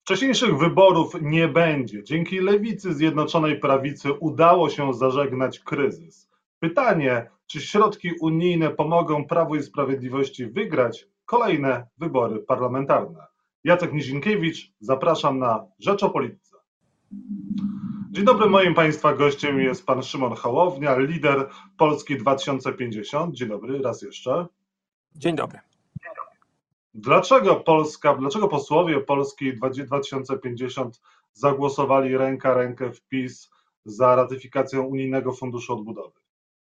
Wcześniejszych wyborów nie będzie. Dzięki lewicy Zjednoczonej Prawicy udało się zażegnać kryzys. Pytanie, czy środki unijne pomogą Prawu i Sprawiedliwości wygrać kolejne wybory parlamentarne? Jacek Nizinkiewicz, zapraszam na Rzecz o Polityce. Dzień dobry, moim Państwa gościem jest pan Szymon Hołownia, lider Polski 2050. Dzień dobry, raz jeszcze. Dzień dobry. Dlaczego posłowie Polski 2050 zagłosowali ręka rękę w PiS za ratyfikacją Unijnego Funduszu Odbudowy?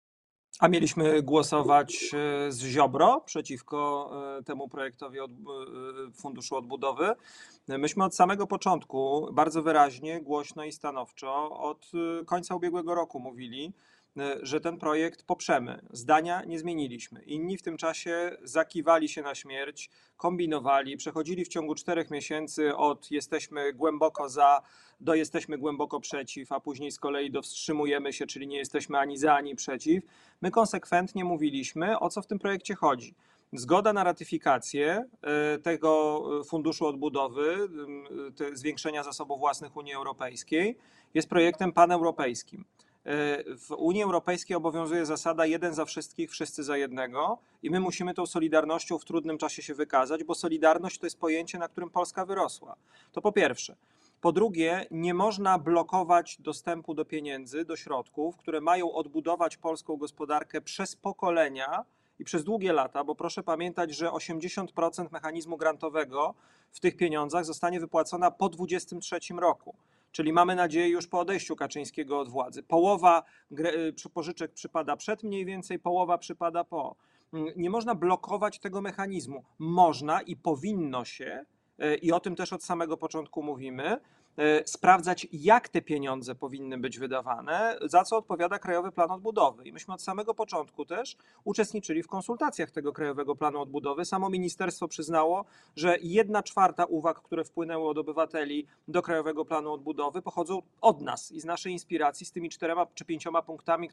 A mieliśmy głosować z Ziobro przeciwko temu projektowi Funduszu Odbudowy. Myśmy od samego początku bardzo wyraźnie, głośno i stanowczo od końca ubiegłego roku mówili, że ten projekt poprzemy. Zdania nie zmieniliśmy. Inni w tym czasie zakiwali się na śmierć, kombinowali, przechodzili w ciągu 4 miesięcy od jesteśmy głęboko za do jesteśmy głęboko przeciw, a później z kolei do wstrzymujemy się, czyli nie jesteśmy ani za, ani przeciw. My konsekwentnie mówiliśmy, o co w tym projekcie chodzi. Zgoda na ratyfikację tego Funduszu Odbudowy, zwiększenia zasobów własnych Unii Europejskiej, jest projektem paneuropejskim. W Unii Europejskiej obowiązuje zasada jeden za wszystkich, wszyscy za jednego i my musimy tą solidarnością w trudnym czasie się wykazać, bo solidarność to jest pojęcie, na którym Polska wyrosła. To po pierwsze. Po drugie, nie można blokować dostępu do pieniędzy, do środków, które mają odbudować polską gospodarkę przez pokolenia i przez długie lata, bo proszę pamiętać, że 80% mechanizmu grantowego w tych pieniądzach zostanie wypłacona po 2023 roku. Czyli mamy nadzieję już po odejściu Kaczyńskiego od władzy. Połowa pożyczek przypada przed mniej więcej, połowa przypada po. Nie można blokować tego mechanizmu. Można i powinno się, i o tym też od samego początku mówimy, sprawdzać, jak te pieniądze powinny być wydawane, za co odpowiada Krajowy Plan Odbudowy. I myśmy od samego początku też uczestniczyli w konsultacjach tego Krajowego Planu Odbudowy. Samo ministerstwo przyznało, że 1/4 uwag, które wpłynęły od obywateli do Krajowego Planu Odbudowy, pochodzą od nas i z naszej inspiracji, z tymi 4 czy 5 punktami,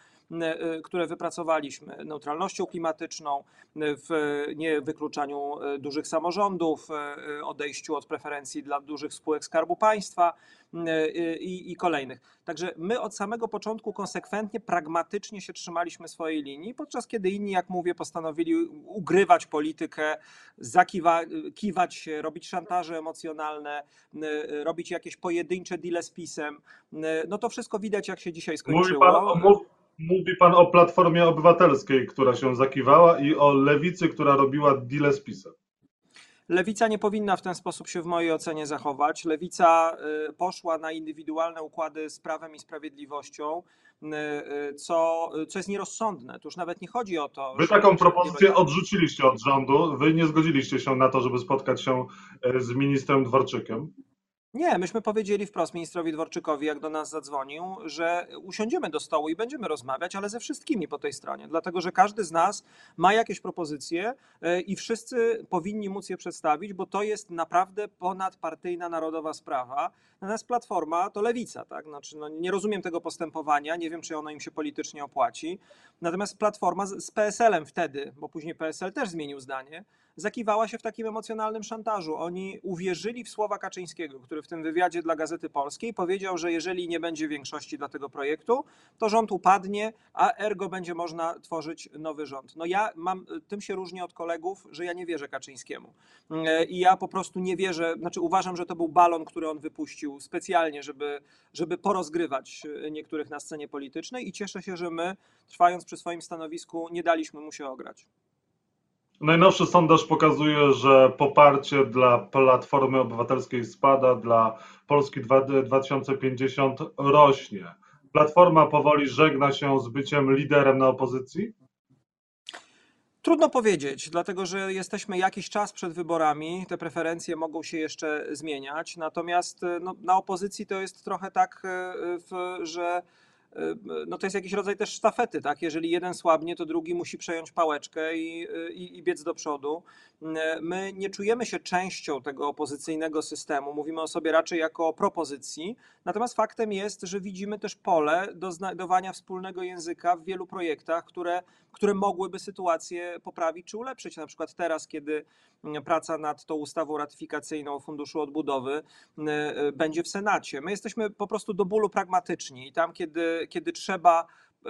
które wypracowaliśmy. Neutralnością klimatyczną, w niewykluczaniu dużych samorządów, odejściu od preferencji dla dużych spółek Skarbu Państwa i kolejnych. Także my od samego początku konsekwentnie, pragmatycznie się trzymaliśmy swojej linii, podczas kiedy inni, jak mówię, postanowili ugrywać politykę, kiwać się, robić szantaże emocjonalne, robić jakieś pojedyncze deale z PiS-em. No to wszystko widać, jak się dzisiaj skończyło. Mówi pan o Platformie Obywatelskiej, która się zakiwała, i o Lewicy, która robiła deale z PiS-em. Lewica nie powinna w ten sposób się w mojej ocenie zachować. Lewica poszła na indywidualne układy z Prawem i Sprawiedliwością, co jest nierozsądne. Tu już nawet nie chodzi o to, Wy taką propozycję odrzuciliście od rządu. Wy nie zgodziliście się na to, żeby spotkać się z ministrem Dworczykiem. Nie, myśmy powiedzieli wprost ministrowi Dworczykowi, jak do nas zadzwonił, że usiądziemy do stołu i będziemy rozmawiać, ale ze wszystkimi po tej stronie, dlatego że każdy z nas ma jakieś propozycje i wszyscy powinni móc je przedstawić, bo to jest naprawdę ponadpartyjna, narodowa sprawa. Natomiast Platforma to Lewica, tak? Znaczy, nie rozumiem tego postępowania, nie wiem, czy ono im się politycznie opłaci. Natomiast Platforma z PSL-em wtedy, bo później PSL też zmienił zdanie, zakiwała się w takim emocjonalnym szantażu. Oni uwierzyli w słowa Kaczyńskiego, który w tym wywiadzie dla Gazety Polskiej powiedział, że jeżeli nie będzie większości dla tego projektu, to rząd upadnie, a ergo będzie można tworzyć nowy rząd. No tym się różnię od kolegów, że ja nie wierzę Kaczyńskiemu. I ja po prostu nie wierzę, uważam, że to był balon, który on wypuścił specjalnie, żeby porozgrywać niektórych na scenie politycznej i cieszę się, że my, trwając przy swoim stanowisku, nie daliśmy mu się ograć. Najnowszy sondaż pokazuje, że poparcie dla Platformy Obywatelskiej spada, dla Polski 2050 rośnie. Platforma powoli żegna się z byciem liderem na opozycji? Trudno powiedzieć, dlatego że jesteśmy jakiś czas przed wyborami, te preferencje mogą się jeszcze zmieniać, natomiast na opozycji to jest trochę tak, że no to jest jakiś rodzaj też sztafety, tak? Jeżeli jeden słabnie, to drugi musi przejąć pałeczkę i biec do przodu. My nie czujemy się częścią tego opozycyjnego systemu, mówimy o sobie raczej jako o propozycji, natomiast faktem jest, że widzimy też pole do znajdowania wspólnego języka w wielu projektach, które mogłyby sytuację poprawić czy ulepszyć. Na przykład teraz, kiedy praca nad tą ustawą ratyfikacyjną Funduszu Odbudowy będzie w Senacie. My jesteśmy po prostu do bólu pragmatyczni i tam, kiedy trzeba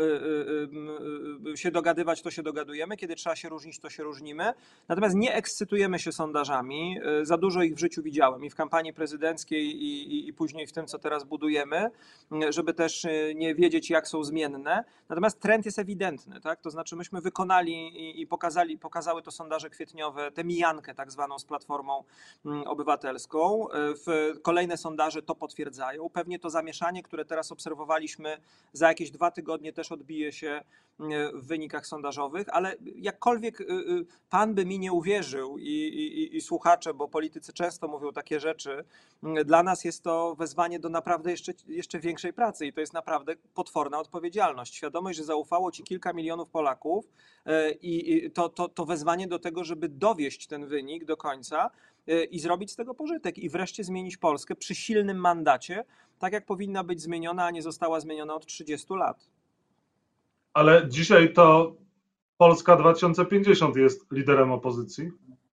się dogadywać, to się dogadujemy, kiedy trzeba się różnić, to się różnimy. Natomiast nie ekscytujemy się sondażami. Za dużo ich w życiu widziałem i w kampanii prezydenckiej i później w tym, co teraz budujemy, żeby też nie wiedzieć, jak są zmienne. Natomiast trend jest ewidentny, tak? To znaczy myśmy wykonali i pokazały to sondaże kwietniowe, tę mijankę tak zwaną z Platformą Obywatelską. Kolejne sondaże to potwierdzają. Pewnie to zamieszanie, które teraz obserwowaliśmy, za jakieś 2 tygodnie też odbije się w wynikach sondażowych, ale jakkolwiek pan by mi nie uwierzył i słuchacze, bo politycy często mówią takie rzeczy, dla nas jest to wezwanie do naprawdę jeszcze większej pracy i to jest naprawdę potworna odpowiedzialność. Świadomość, że zaufało ci kilka milionów Polaków i to wezwanie do tego, żeby dowieść ten wynik do końca i zrobić z tego pożytek i wreszcie zmienić Polskę przy silnym mandacie, tak jak powinna być zmieniona, a nie została zmieniona od 30 lat. Ale dzisiaj to Polska 2050 jest liderem opozycji.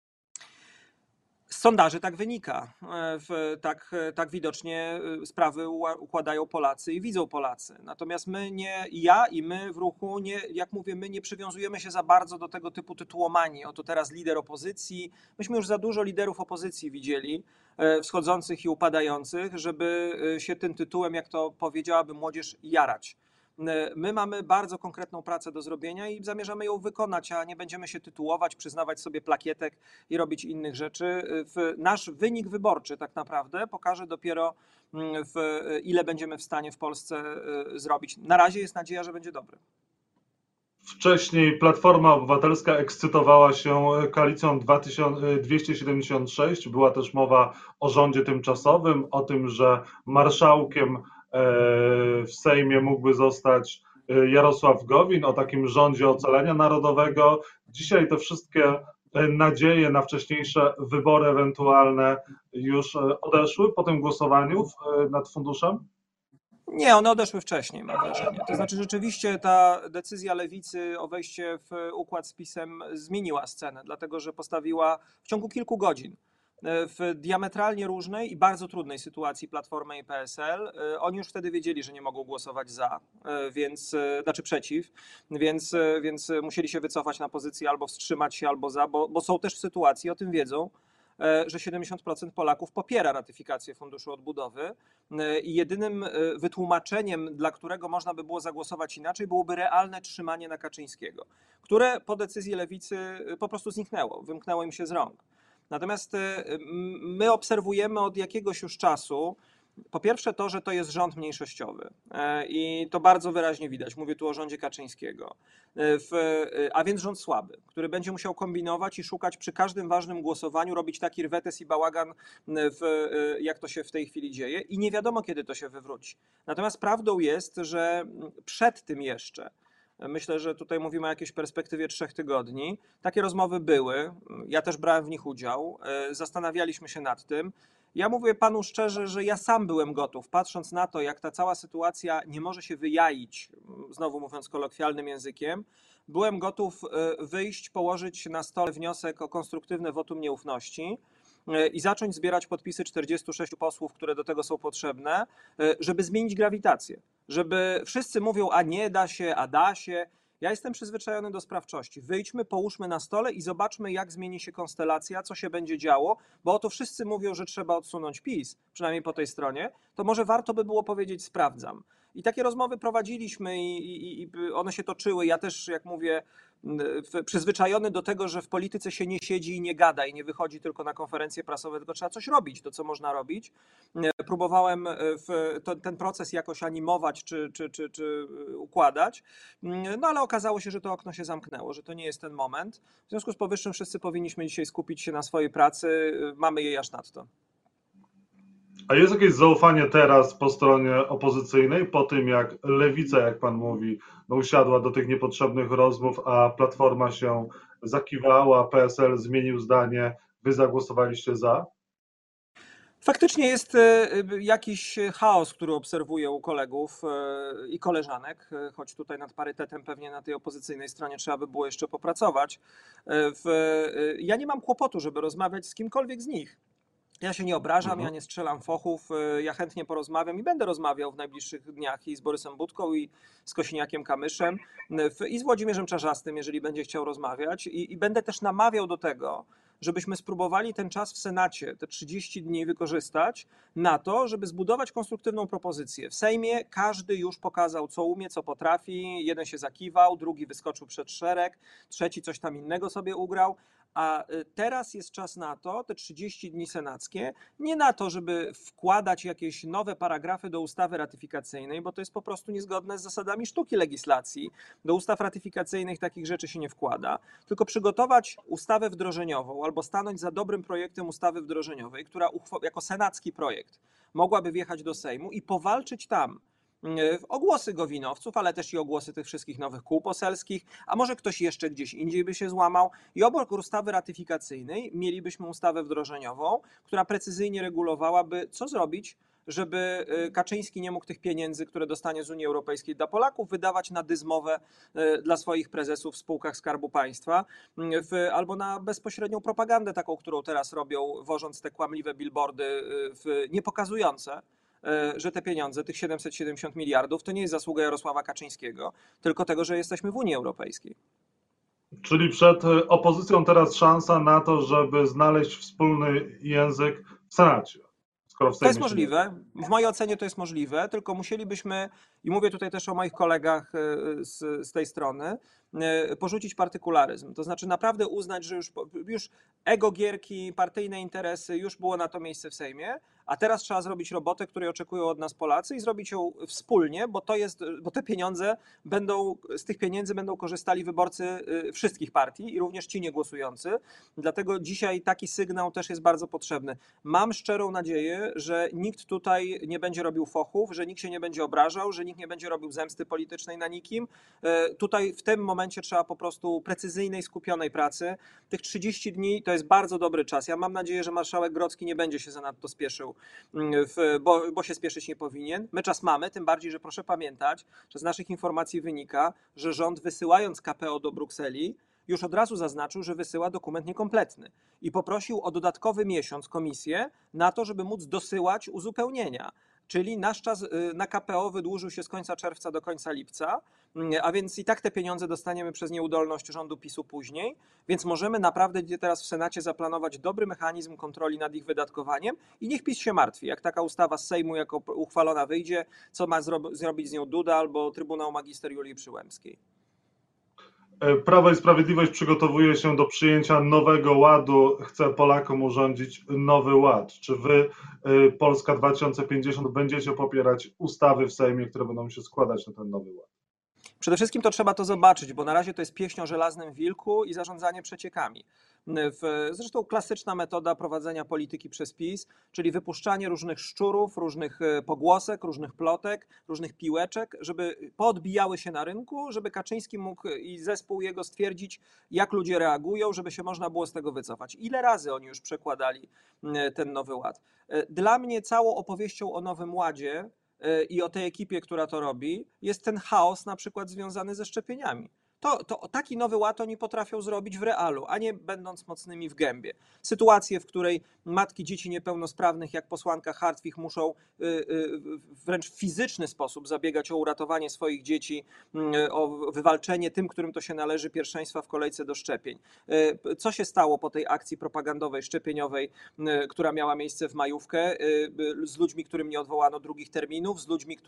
Z sondaży tak wynika. Tak widocznie sprawy układają Polacy i widzą Polacy. Natomiast ja i my w ruchu, jak mówię, my nie przywiązujemy się za bardzo do tego typu tytułomanii. Oto teraz lider opozycji. Myśmy już za dużo liderów opozycji widzieli, wschodzących i upadających, żeby się tym tytułem, jak to powiedziałaby młodzież, jarać. My mamy bardzo konkretną pracę do zrobienia i zamierzamy ją wykonać, a nie będziemy się tytułować, przyznawać sobie plakietek i robić innych rzeczy. Nasz wynik wyborczy tak naprawdę pokaże dopiero, ile będziemy w stanie w Polsce zrobić. Na razie jest nadzieja, że będzie dobry. Wcześniej Platforma Obywatelska ekscytowała się koalicją 276. Była też mowa o rządzie tymczasowym, o tym, że marszałkiem w Sejmie mógłby zostać Jarosław Gowin, o takim rządzie ocalenia narodowego. Dzisiaj te wszystkie nadzieje na wcześniejsze wybory ewentualne już odeszły po tym głosowaniu nad funduszem? Nie, one odeszły wcześniej, mam wrażenie. To znaczy rzeczywiście ta decyzja Lewicy o wejście w układ z PiS-em zmieniła scenę, dlatego że postawiła w ciągu kilku godzin w diametralnie różnej i bardzo trudnej sytuacji Platformę i PSL. Oni już wtedy wiedzieli, że nie mogą głosować za, znaczy przeciw, więc musieli się wycofać na pozycję albo wstrzymać się, albo za, bo są też w sytuacji, o tym wiedzą, że 70% Polaków popiera ratyfikację Funduszu Odbudowy i jedynym wytłumaczeniem, dla którego można by było zagłosować inaczej, byłoby realne trzymanie na Kaczyńskiego, które po decyzji Lewicy po prostu zniknęło, wymknęło im się z rąk. Natomiast my obserwujemy od jakiegoś już czasu, po pierwsze to, że to jest rząd mniejszościowy i to bardzo wyraźnie widać, mówię tu o rządzie Kaczyńskiego, a więc rząd słaby, który będzie musiał kombinować i szukać przy każdym ważnym głosowaniu, robić taki rwetes i bałagan, jak to się w tej chwili dzieje i nie wiadomo, kiedy to się wywróci. Natomiast prawdą jest, że przed tym jeszcze, myślę, że tutaj mówimy o jakiejś perspektywie 3 tygodni, takie rozmowy były, ja też brałem w nich udział, zastanawialiśmy się nad tym. Ja mówię panu szczerze, że ja sam byłem gotów, patrząc na to, jak ta cała sytuacja nie może się wyjaić, znowu mówiąc kolokwialnym językiem, byłem gotów wyjść, położyć na stole wniosek o konstruktywne wotum nieufności i zacząć zbierać podpisy 46 posłów, które do tego są potrzebne, żeby zmienić grawitację. Żeby wszyscy mówią, a nie da się, a da się. Ja jestem przyzwyczajony do sprawczości. Wyjdźmy, połóżmy na stole i zobaczmy, jak zmieni się konstelacja, co się będzie działo, bo oto wszyscy mówią, że trzeba odsunąć PiS, przynajmniej po tej stronie, to może warto by było powiedzieć sprawdzam. I takie rozmowy prowadziliśmy i one się toczyły. Ja też, jak mówię, przyzwyczajony do tego, że w polityce się nie siedzi i nie gada i nie wychodzi tylko na konferencje prasowe, tylko trzeba coś robić, to co można robić. Próbowałem ten proces jakoś animować czy układać, no ale okazało się, że to okno się zamknęło, że to nie jest ten moment. W związku z powyższym wszyscy powinniśmy dzisiaj skupić się na swojej pracy, mamy jej aż nadto. A jest jakieś zaufanie teraz po stronie opozycyjnej, po tym jak Lewica, jak pan mówi, no usiadła do tych niepotrzebnych rozmów, a Platforma się zakiwała, PSL zmienił zdanie, wy zagłosowaliście za? Faktycznie jest jakiś chaos, który obserwuję u kolegów i koleżanek, choć tutaj nad parytetem pewnie na tej opozycyjnej stronie trzeba by było jeszcze popracować. Ja nie mam kłopotu, żeby rozmawiać z kimkolwiek z nich. Ja się nie obrażam, ja Mhm. nie strzelam fochów, ja chętnie porozmawiam i będę rozmawiał w najbliższych dniach i z Borysem Budką, i z Kosiniakiem-Kamyszem, i z Włodzimierzem Czarzastym, jeżeli będzie chciał rozmawiać. I będę też namawiał do tego, żebyśmy spróbowali ten czas w Senacie, te 30 dni wykorzystać na to, żeby zbudować konstruktywną propozycję. W Sejmie każdy już pokazał, co umie, co potrafi. Jeden się zakiwał, drugi wyskoczył przed szereg, trzeci coś tam innego sobie ugrał. A teraz jest czas na to, te 30 dni senackie, nie na to, żeby wkładać jakieś nowe paragrafy do ustawy ratyfikacyjnej, bo to jest po prostu niezgodne z zasadami sztuki legislacji. Do ustaw ratyfikacyjnych takich rzeczy się nie wkłada, tylko przygotować ustawę wdrożeniową albo stanąć za dobrym projektem ustawy wdrożeniowej, która jako senacki projekt mogłaby wjechać do Sejmu i powalczyć tam o głosy gowinowców, ale też i o głosy tych wszystkich nowych kół poselskich, a może ktoś jeszcze gdzieś indziej by się złamał. I obok ustawy ratyfikacyjnej mielibyśmy ustawę wdrożeniową, która precyzyjnie regulowałaby, co zrobić, żeby Kaczyński nie mógł tych pieniędzy, które dostanie z Unii Europejskiej dla Polaków, wydawać na dyzmowę dla swoich prezesów w spółkach Skarbu Państwa albo na bezpośrednią propagandę taką, którą teraz robią, wożąc te kłamliwe billboardy nie pokazujące, że te pieniądze, tych 770 miliardów, to nie jest zasługa Jarosława Kaczyńskiego, tylko tego, że jesteśmy w Unii Europejskiej. Czyli przed opozycją teraz szansa na to, żeby znaleźć wspólny język w Senacie, skoro w To jest Sejmie się nie da. możliwe. W mojej ocenie to jest możliwe, tylko musielibyśmy, i mówię tutaj też o moich kolegach z tej strony, porzucić partykularyzm. To znaczy naprawdę uznać, że już ego gierki, partyjne interesy, już było na to miejsce w Sejmie, a teraz trzeba zrobić robotę, której oczekują od nas Polacy i zrobić ją wspólnie, bo te pieniądze z tych pieniędzy będą korzystali wyborcy wszystkich partii i również ci niegłosujący. Dlatego dzisiaj taki sygnał też jest bardzo potrzebny. Mam szczerą nadzieję, że nikt tutaj nie będzie robił fochów, że nikt się nie będzie obrażał, że nikt nie będzie robił zemsty politycznej na nikim. Tutaj w tym momencie trzeba po prostu precyzyjnej, skupionej pracy. Tych 30 dni to jest bardzo dobry czas. Ja mam nadzieję, że marszałek Grodzki nie będzie się zanadto spieszył, bo się spieszyć nie powinien. My czas mamy, tym bardziej, że proszę pamiętać, że z naszych informacji wynika, że rząd wysyłając KPO do Brukseli już od razu zaznaczył, że wysyła dokument niekompletny i poprosił o dodatkowy miesiąc komisję na to, żeby móc dosyłać uzupełnienia. Czyli nasz czas na KPO wydłużył się z końca czerwca do końca lipca, a więc i tak te pieniądze dostaniemy przez nieudolność rządu PiS-u później, więc możemy naprawdę teraz w Senacie zaplanować dobry mechanizm kontroli nad ich wydatkowaniem i niech PiS się martwi, jak taka ustawa z Sejmu jako uchwalona wyjdzie, co ma zrobić z nią Duda albo Trybunał Magister Julii Przyłębskiej. Prawo i Sprawiedliwość przygotowuje się do przyjęcia nowego ładu, chce Polakom urządzić nowy ład. Czy wy, Polska 2050, będziecie popierać ustawy w Sejmie, które będą się składać na ten nowy ład? Przede wszystkim to trzeba to zobaczyć, bo na razie to jest pieśń o żelaznym wilku i zarządzanie przeciekami. Zresztą klasyczna metoda prowadzenia polityki przez PiS, czyli wypuszczanie różnych szczurów, różnych pogłosek, różnych plotek, różnych piłeczek, żeby poodbijały się na rynku, żeby Kaczyński mógł i zespół jego stwierdzić, jak ludzie reagują, żeby się można było z tego wycofać. Ile razy oni już przekładali ten nowy ład? Dla mnie całą opowieścią o nowym ładzie i o tej ekipie, która to robi, jest ten chaos na przykład związany ze szczepieniami. Taki nowy ład oni potrafią zrobić w realu, a nie będąc mocnymi w gębie. Sytuację, w której matki dzieci niepełnosprawnych, jak posłanka Hartwich, muszą wręcz w fizyczny sposób zabiegać o uratowanie swoich dzieci, o wywalczenie tym, którym to się należy, pierwszeństwa w kolejce do szczepień. Co się stało po tej akcji propagandowej, szczepieniowej, która miała miejsce w majówkę, z ludźmi, którym nie odwołano drugich terminów, z ludźmi,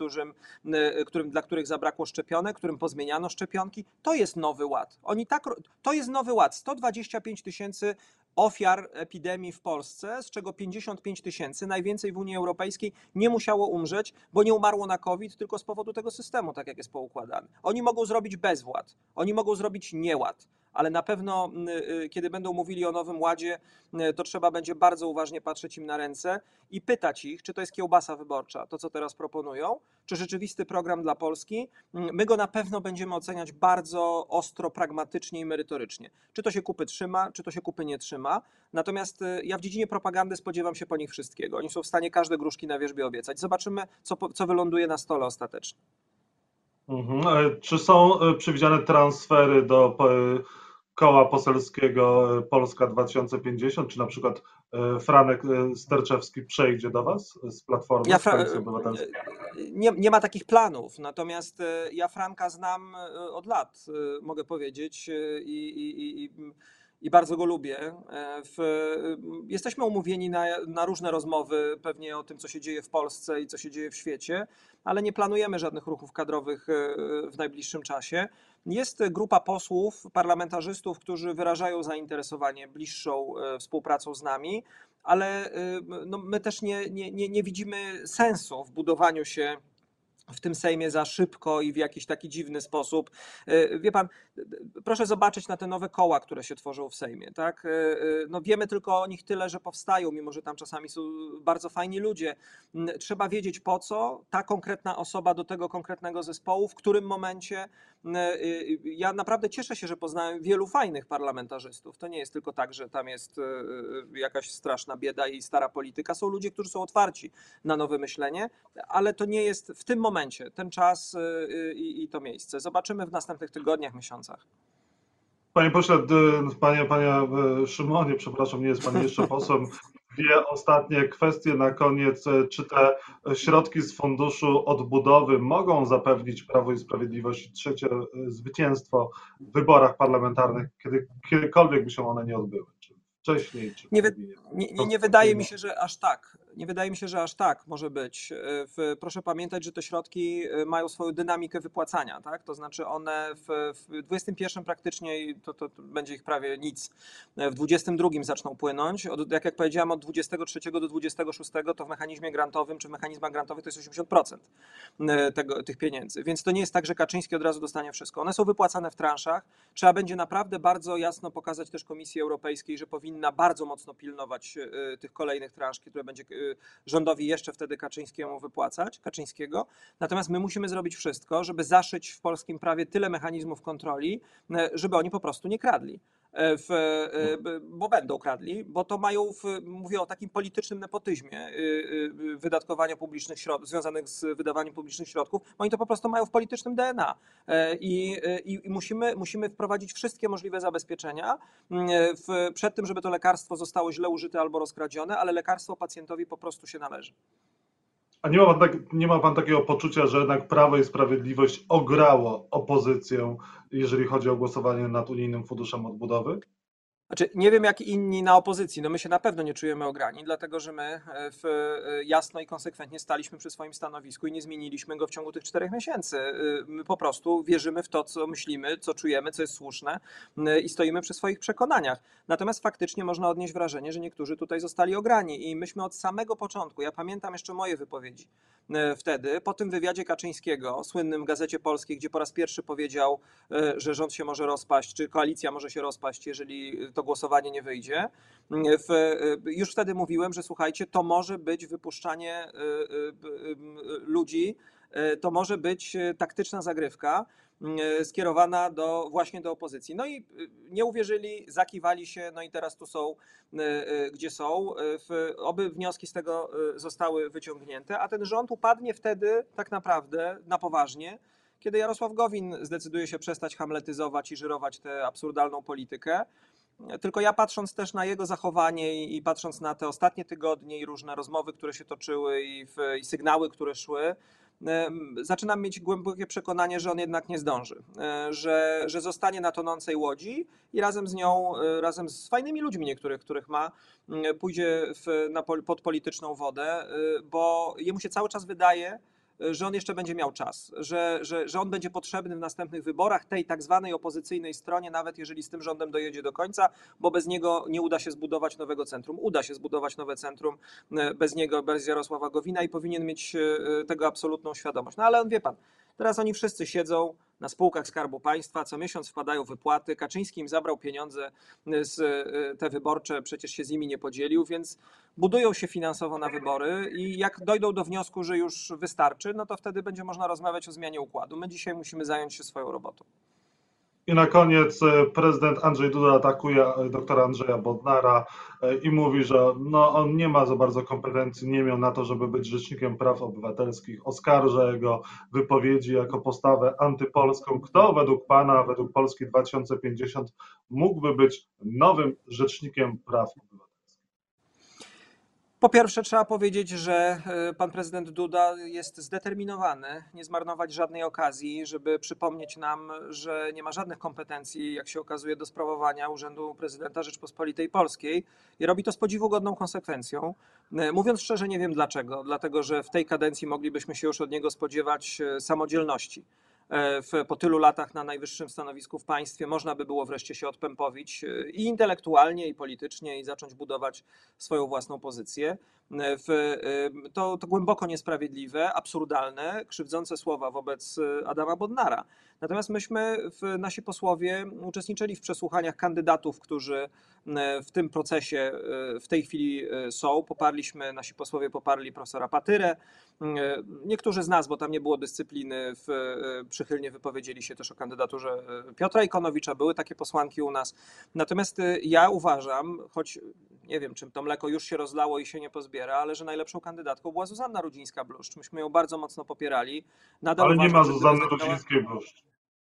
dla których zabrakło szczepionek, którym pozmieniano szczepionki? To jest nowy ład. To jest nowy ład. 125 000 ofiar epidemii w Polsce, z czego 55 000, najwięcej w Unii Europejskiej, nie musiało umrzeć, bo nie umarło na COVID, tylko z powodu tego systemu, tak jak jest poukładany. Oni mogą zrobić bezwład, oni mogą zrobić nieład, ale na pewno, kiedy będą mówili o Nowym Ładzie, to trzeba będzie bardzo uważnie patrzeć im na ręce i pytać ich, czy to jest kiełbasa wyborcza, to co teraz proponują, czy rzeczywisty program dla Polski. My go na pewno będziemy oceniać bardzo ostro, pragmatycznie i merytorycznie. Czy to się kupy trzyma, czy to się kupy nie trzyma. Natomiast ja w dziedzinie propagandy spodziewam się po nich wszystkiego. Oni są w stanie każde gruszki na wierzbie obiecać. Zobaczymy, co wyląduje na stole ostatecznie. Czy są przewidziane transfery do koła poselskiego Polska 2050? Czy na przykład Franek Sterczewski przejdzie do Was z Platformy, z Koalicji Obywatelskiej? Nie ma takich planów, natomiast ja Franka znam od lat, mogę powiedzieć, i bardzo go lubię. Jesteśmy umówieni na różne rozmowy, pewnie o tym, co się dzieje w Polsce i co się dzieje w świecie, ale nie planujemy żadnych ruchów kadrowych w najbliższym czasie. Jest grupa posłów, parlamentarzystów, którzy wyrażają zainteresowanie bliższą współpracą z nami, ale no, my też nie widzimy sensu w budowaniu się w tym Sejmie za szybko i w jakiś taki dziwny sposób. Wie pan, proszę zobaczyć na te nowe koła, które się tworzą w Sejmie, tak? No wiemy tylko o nich tyle, że powstają, mimo że tam czasami są bardzo fajni ludzie. Trzeba wiedzieć, po co ta konkretna osoba do tego konkretnego zespołu, w którym momencie. Ja naprawdę cieszę się, że poznałem wielu fajnych parlamentarzystów. To nie jest tylko tak, że tam jest jakaś straszna bieda i stara polityka. Są ludzie, którzy są otwarci na nowe myślenie, ale to nie jest w tym momencie ten czas i to miejsce. Zobaczymy w następnych tygodniach, miesiącach. Panie pośle, panie Szymonie, przepraszam, nie jest Pan jeszcze posłem. Dwie ostatnie kwestie na koniec. Czy te środki z Funduszu Odbudowy mogą zapewnić Prawo i Sprawiedliwość trzecie zwycięstwo w wyborach parlamentarnych, kiedykolwiek by się one nie odbyły? Czy wcześniej, czy później? Nie wydaje mi się, że aż tak. Nie wydaje mi się, że aż tak może być. Proszę pamiętać, że te środki mają swoją dynamikę wypłacania, tak? To znaczy one w 21 praktycznie, to będzie ich prawie nic, w 22 zaczną płynąć. Jak powiedziałem, od 23 do 26 to w mechanizmie grantowym czy w mechanizmach grantowych to jest 80% tych pieniędzy. Więc to nie jest tak, że Kaczyński od razu dostanie wszystko. One są wypłacane w transzach. Trzeba będzie naprawdę bardzo jasno pokazać też Komisji Europejskiej, że powinna bardzo mocno pilnować tych kolejnych transz, które będzie rządowi jeszcze wtedy Kaczyńskiego. Natomiast my musimy zrobić wszystko, żeby zaszyć w polskim prawie tyle mechanizmów kontroli, żeby oni po prostu nie kradli. Bo będą kradli, bo to mówię o takim politycznym nepotyzmie wydatkowania publicznych środków, związanych z wydawaniem publicznych środków, oni to po prostu mają w politycznym DNA i musimy wprowadzić wszystkie możliwe zabezpieczenia przed tym, żeby to lekarstwo zostało źle użyte albo rozkradzione, ale lekarstwo pacjentowi po prostu się należy. A nie ma pan takiego poczucia, że jednak Prawo i Sprawiedliwość ograło opozycję, jeżeli chodzi o głosowanie nad Unijnym Funduszem Odbudowy? Znaczy, nie wiem jak inni na opozycji, no my się na pewno nie czujemy ograni, dlatego że my jasno i konsekwentnie staliśmy przy swoim stanowisku i nie zmieniliśmy go w ciągu tych 4 miesięcy. My po prostu wierzymy w to, co myślimy, co czujemy, co jest słuszne i stoimy przy swoich przekonaniach. Natomiast faktycznie można odnieść wrażenie, że niektórzy tutaj zostali ograni i myśmy od samego początku, ja pamiętam jeszcze moje wypowiedzi wtedy, po tym wywiadzie Kaczyńskiego, słynnym w Gazecie Polskiej, gdzie po raz pierwszy powiedział, że rząd się może rozpaść, czy koalicja może się rozpaść, jeżeli to głosowanie nie wyjdzie. Już wtedy mówiłem, że słuchajcie, to może być wypuszczanie ludzi, to może być taktyczna zagrywka skierowana właśnie do opozycji. No i nie uwierzyli, zakiwali się, no i teraz tu są, gdzie są. Oby wnioski z tego zostały wyciągnięte, a ten rząd upadnie wtedy tak naprawdę na poważnie, kiedy Jarosław Gowin zdecyduje się przestać hamletyzować i żyrować tę absurdalną politykę. Tylko ja patrząc też na jego zachowanie i patrząc na te ostatnie tygodnie i różne rozmowy, które się toczyły i sygnały, które szły, zaczynam mieć głębokie przekonanie, że on jednak nie zdąży, że zostanie na tonącej łodzi i razem z nią, razem z fajnymi ludźmi niektórych, których ma, pójdzie pod polityczną wodę, bo jemu się cały czas wydaje, że on jeszcze będzie miał czas, że on będzie potrzebny w następnych wyborach tej tak zwanej opozycyjnej stronie, nawet jeżeli z tym rządem dojedzie do końca, bo bez niego nie uda się zbudować nowego centrum. Uda się zbudować nowe centrum bez niego, bez Jarosława Gowina i powinien mieć tego absolutną świadomość. No ale on, wie pan, Teraz oni wszyscy siedzą na spółkach Skarbu Państwa, co miesiąc wpadają wypłaty. Kaczyński im zabrał pieniądze te wyborcze, przecież się z nimi nie podzielił, więc budują się finansowo na wybory i jak dojdą do wniosku, że już wystarczy, no to wtedy będzie można rozmawiać o zmianie układu. My dzisiaj musimy zająć się swoją robotą. I na koniec prezydent Andrzej Duda atakuje doktora Andrzeja Bodnara i mówi, że no, on nie ma za bardzo kompetencji, nie miał na to, żeby być rzecznikiem praw obywatelskich. Oskarża jego wypowiedzi jako postawę antypolską. Kto według pana, według Polski 2050 mógłby być nowym rzecznikiem praw obywatelskich? Po pierwsze, trzeba powiedzieć, że pan prezydent Duda jest zdeterminowany nie zmarnować żadnej okazji, żeby przypomnieć nam, że nie ma żadnych kompetencji, jak się okazuje, do sprawowania urzędu prezydenta Rzeczpospolitej Polskiej i robi to z podziwu godną konsekwencją. Mówiąc szczerze, nie wiem dlaczego. Dlatego, że w tej kadencji moglibyśmy się już od niego spodziewać samodzielności. Po tylu latach na najwyższym stanowisku w państwie można by było wreszcie się odpępowić i intelektualnie, i politycznie, i zacząć budować swoją własną pozycję. To głęboko niesprawiedliwe, absurdalne, krzywdzące słowa wobec Adama Bodnara. Natomiast nasi posłowie uczestniczyli w przesłuchaniach kandydatów, którzy w tym procesie w tej chwili są. Nasi posłowie poparli profesora Patyrę. Niektórzy z nas, bo tam nie było dyscypliny, przychylnie wypowiedzieli się też o kandydaturze Piotra Ikonowicza. Były takie posłanki u nas. Natomiast ja uważam, choć nie wiem, czym to mleko już się rozlało i się nie pozbiera, ale że najlepszą kandydatką była Zuzanna Rudzińska-Bluszcz. Myśmy ją bardzo mocno popierali. Nadal Ale nie uważam, ma że Zuzanny Rudzińskiej-Bluszcz.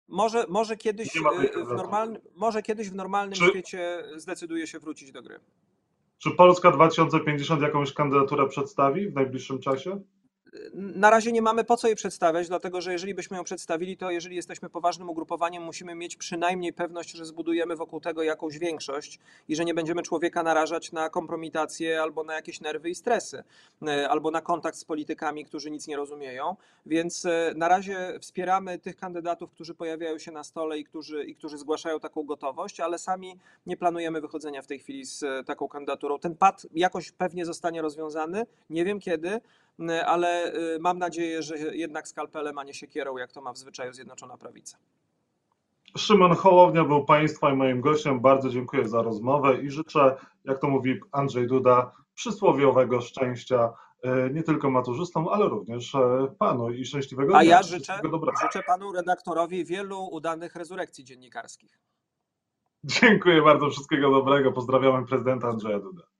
Może kiedyś w normalnym Czy, świecie zdecyduje się wrócić do gry. czy Polska 2050 jakąś kandydaturę przedstawi w najbliższym czasie? Na razie nie mamy po co jej przedstawiać, dlatego że jeżeli byśmy ją przedstawili, to jeżeli jesteśmy poważnym ugrupowaniem, musimy mieć przynajmniej pewność, że zbudujemy wokół tego jakąś większość i że nie będziemy człowieka narażać na kompromitację albo na jakieś nerwy i stresy, albo na kontakt z politykami, którzy nic nie rozumieją. Więc na razie wspieramy tych kandydatów, którzy pojawiają się na stole i którzy zgłaszają taką gotowość, ale sami nie planujemy wychodzenia w tej chwili z taką kandydaturą. Ten pad jakoś pewnie zostanie rozwiązany, nie wiem kiedy, ale mam nadzieję, że jednak skalpelem, a nie siekierą, jak to ma w zwyczaju Zjednoczona Prawica. Szymon Hołownia był Państwa i moim gościem. Bardzo dziękuję za rozmowę i życzę, jak to mówi Andrzej Duda, przysłowiowego szczęścia nie tylko maturzystom, ale również panu i szczęśliwego dnia. A ja życzę panu redaktorowi wielu udanych rezurekcji dziennikarskich. Dziękuję bardzo, wszystkiego dobrego. Pozdrawiamy prezydenta Andrzeja Dudę.